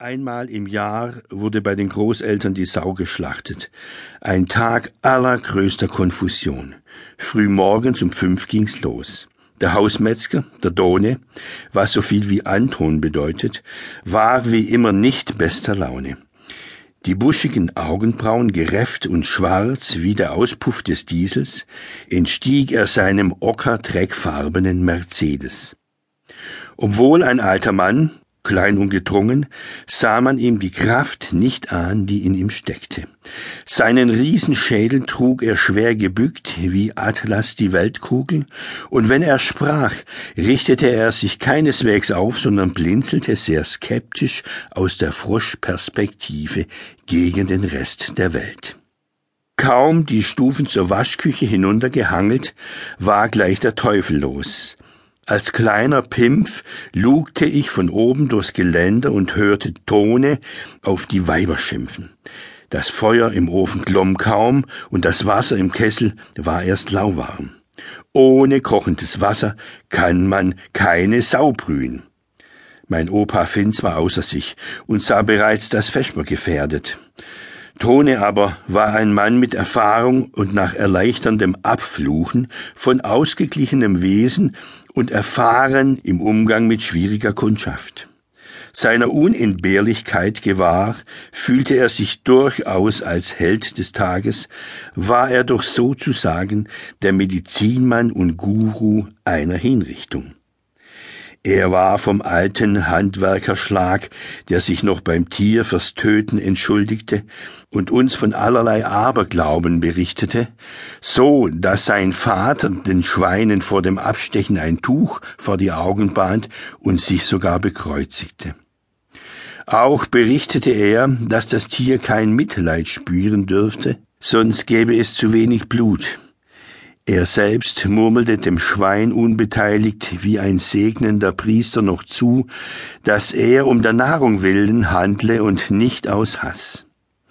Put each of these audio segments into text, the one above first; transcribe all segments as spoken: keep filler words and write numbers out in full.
Einmal im Jahr wurde bei den Großeltern die Sau geschlachtet. Ein Tag allergrößter Konfusion. Frühmorgens um fünf ging's los. Der Hausmetzger, der Done, was so viel wie Anton bedeutet, war wie immer nicht bester Laune. Die buschigen Augenbrauen gerefft und schwarz wie der Auspuff des Diesels, entstieg er seinem ocker-dreckfarbenen Mercedes. Obwohl ein alter Mann, klein und gedrungen, sah man ihm die Kraft nicht an, die in ihm steckte. Seinen Riesenschädel trug er schwer gebückt, wie Atlas die Weltkugel, und wenn er sprach, richtete er sich keineswegs auf, sondern blinzelte sehr skeptisch aus der Froschperspektive gegen den Rest der Welt. Kaum die Stufen zur Waschküche hinuntergehangelt, war gleich der Teufel los. Als kleiner Pimpf lugte ich von oben durchs Geländer und hörte Tone auf die Weiber schimpfen. Das Feuer im Ofen glomm kaum und das Wasser im Kessel war erst lauwarm. Ohne kochendes Wasser kann man keine Sau brühen. Mein Opa Finz war außer sich und sah bereits das Vesper gefährdet. Tone aber war ein Mann mit Erfahrung und nach erleichterndem Abfluchen von ausgeglichenem Wesen und erfahren im Umgang mit schwieriger Kundschaft. Seiner Unentbehrlichkeit gewahr, fühlte er sich durchaus als Held des Tages, war er doch sozusagen der Medizinmann und Guru einer Hinrichtung. Er war vom alten Handwerkerschlag, der sich noch beim Tier fürs Töten entschuldigte und uns von allerlei Aberglauben berichtete, so dass sein Vater den Schweinen vor dem Abstechen ein Tuch vor die Augen band und sich sogar bekreuzigte. Auch berichtete er, dass das Tier kein Mitleid spüren dürfte, sonst gäbe es zu wenig Blut. Er selbst murmelte dem Schwein unbeteiligt wie ein segnender Priester noch zu, dass er um der Nahrung willen handle und nicht aus Hass.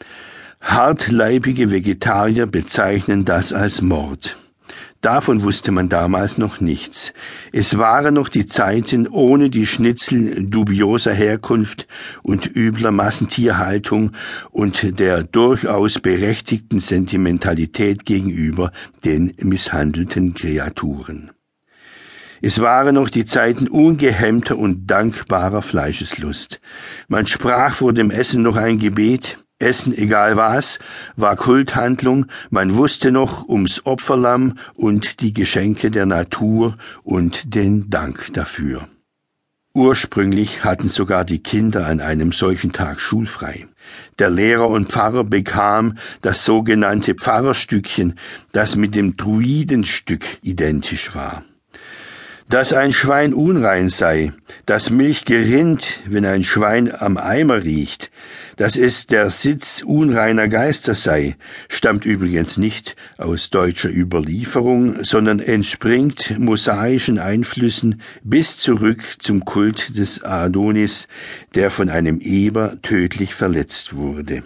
Hartleibige Vegetarier bezeichnen das als Mord. Davon wusste man damals noch nichts. Es waren noch die Zeiten ohne die Schnitzel dubioser Herkunft und übler Massentierhaltung und der durchaus berechtigten Sentimentalität gegenüber den misshandelten Kreaturen. Es waren noch die Zeiten ungehemmter und dankbarer Fleischeslust. Man sprach vor dem Essen noch ein Gebet. Essen, egal was, war Kulthandlung, man wusste noch ums Opferlamm und die Geschenke der Natur und den Dank dafür. Ursprünglich hatten sogar die Kinder an einem solchen Tag schulfrei. Der Lehrer und Pfarrer bekam das sogenannte Pfarrerstückchen, das mit dem Druidenstück identisch war. Dass ein Schwein unrein sei, dass Milch gerinnt, wenn ein Schwein am Eimer riecht, dass es der Sitz unreiner Geister sei, stammt übrigens nicht aus deutscher Überlieferung, sondern entspringt mosaischen Einflüssen bis zurück zum Kult des Adonis, der von einem Eber tödlich verletzt wurde.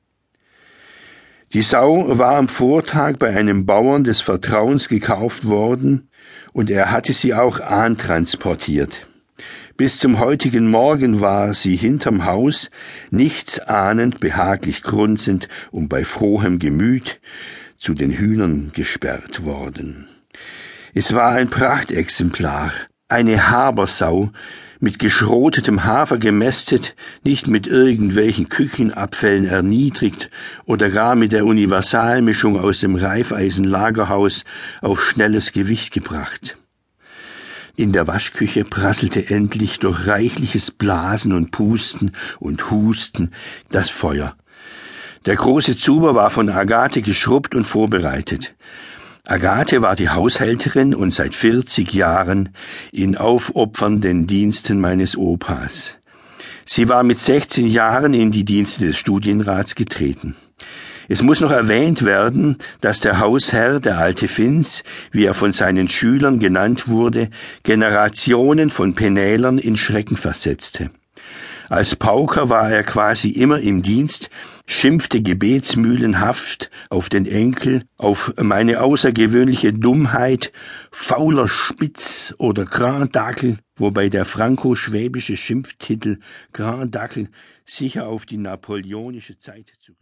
Die Sau war am Vortag bei einem Bauern des Vertrauens gekauft worden, und er hatte sie auch antransportiert. Bis zum heutigen Morgen war sie hinterm Haus, nichts ahnend, behaglich grunzend und bei frohem Gemüt zu den Hühnern gesperrt worden. Es war ein Prachtexemplar, eine Habersau, mit geschrotetem Hafer gemästet, nicht mit irgendwelchen Küchenabfällen erniedrigt oder gar mit der Universalmischung aus dem Reifeisenlagerhaus auf schnelles Gewicht gebracht. In der Waschküche prasselte endlich durch reichliches Blasen und Pusten und Husten das Feuer. Der große Zuber war von Agathe geschrubbt und vorbereitet. Agathe war die Haushälterin und seit vierzig Jahren in aufopfernden Diensten meines Opas. Sie war mit sechzehn Jahren in die Dienste des Studienrats getreten. Es muss noch erwähnt werden, dass der Hausherr, der alte Finz, wie er von seinen Schülern genannt wurde, Generationen von Penälern in Schrecken versetzte. Als Pauker war er quasi immer im Dienst, schimpfte gebetsmühlenhaft auf den Enkel, auf meine außergewöhnliche Dummheit, fauler Spitz oder Grand Dackel, wobei der franco-schwäbische Schimpftitel Grand Dackel sicher auf die napoleonische Zeit zurückgeht.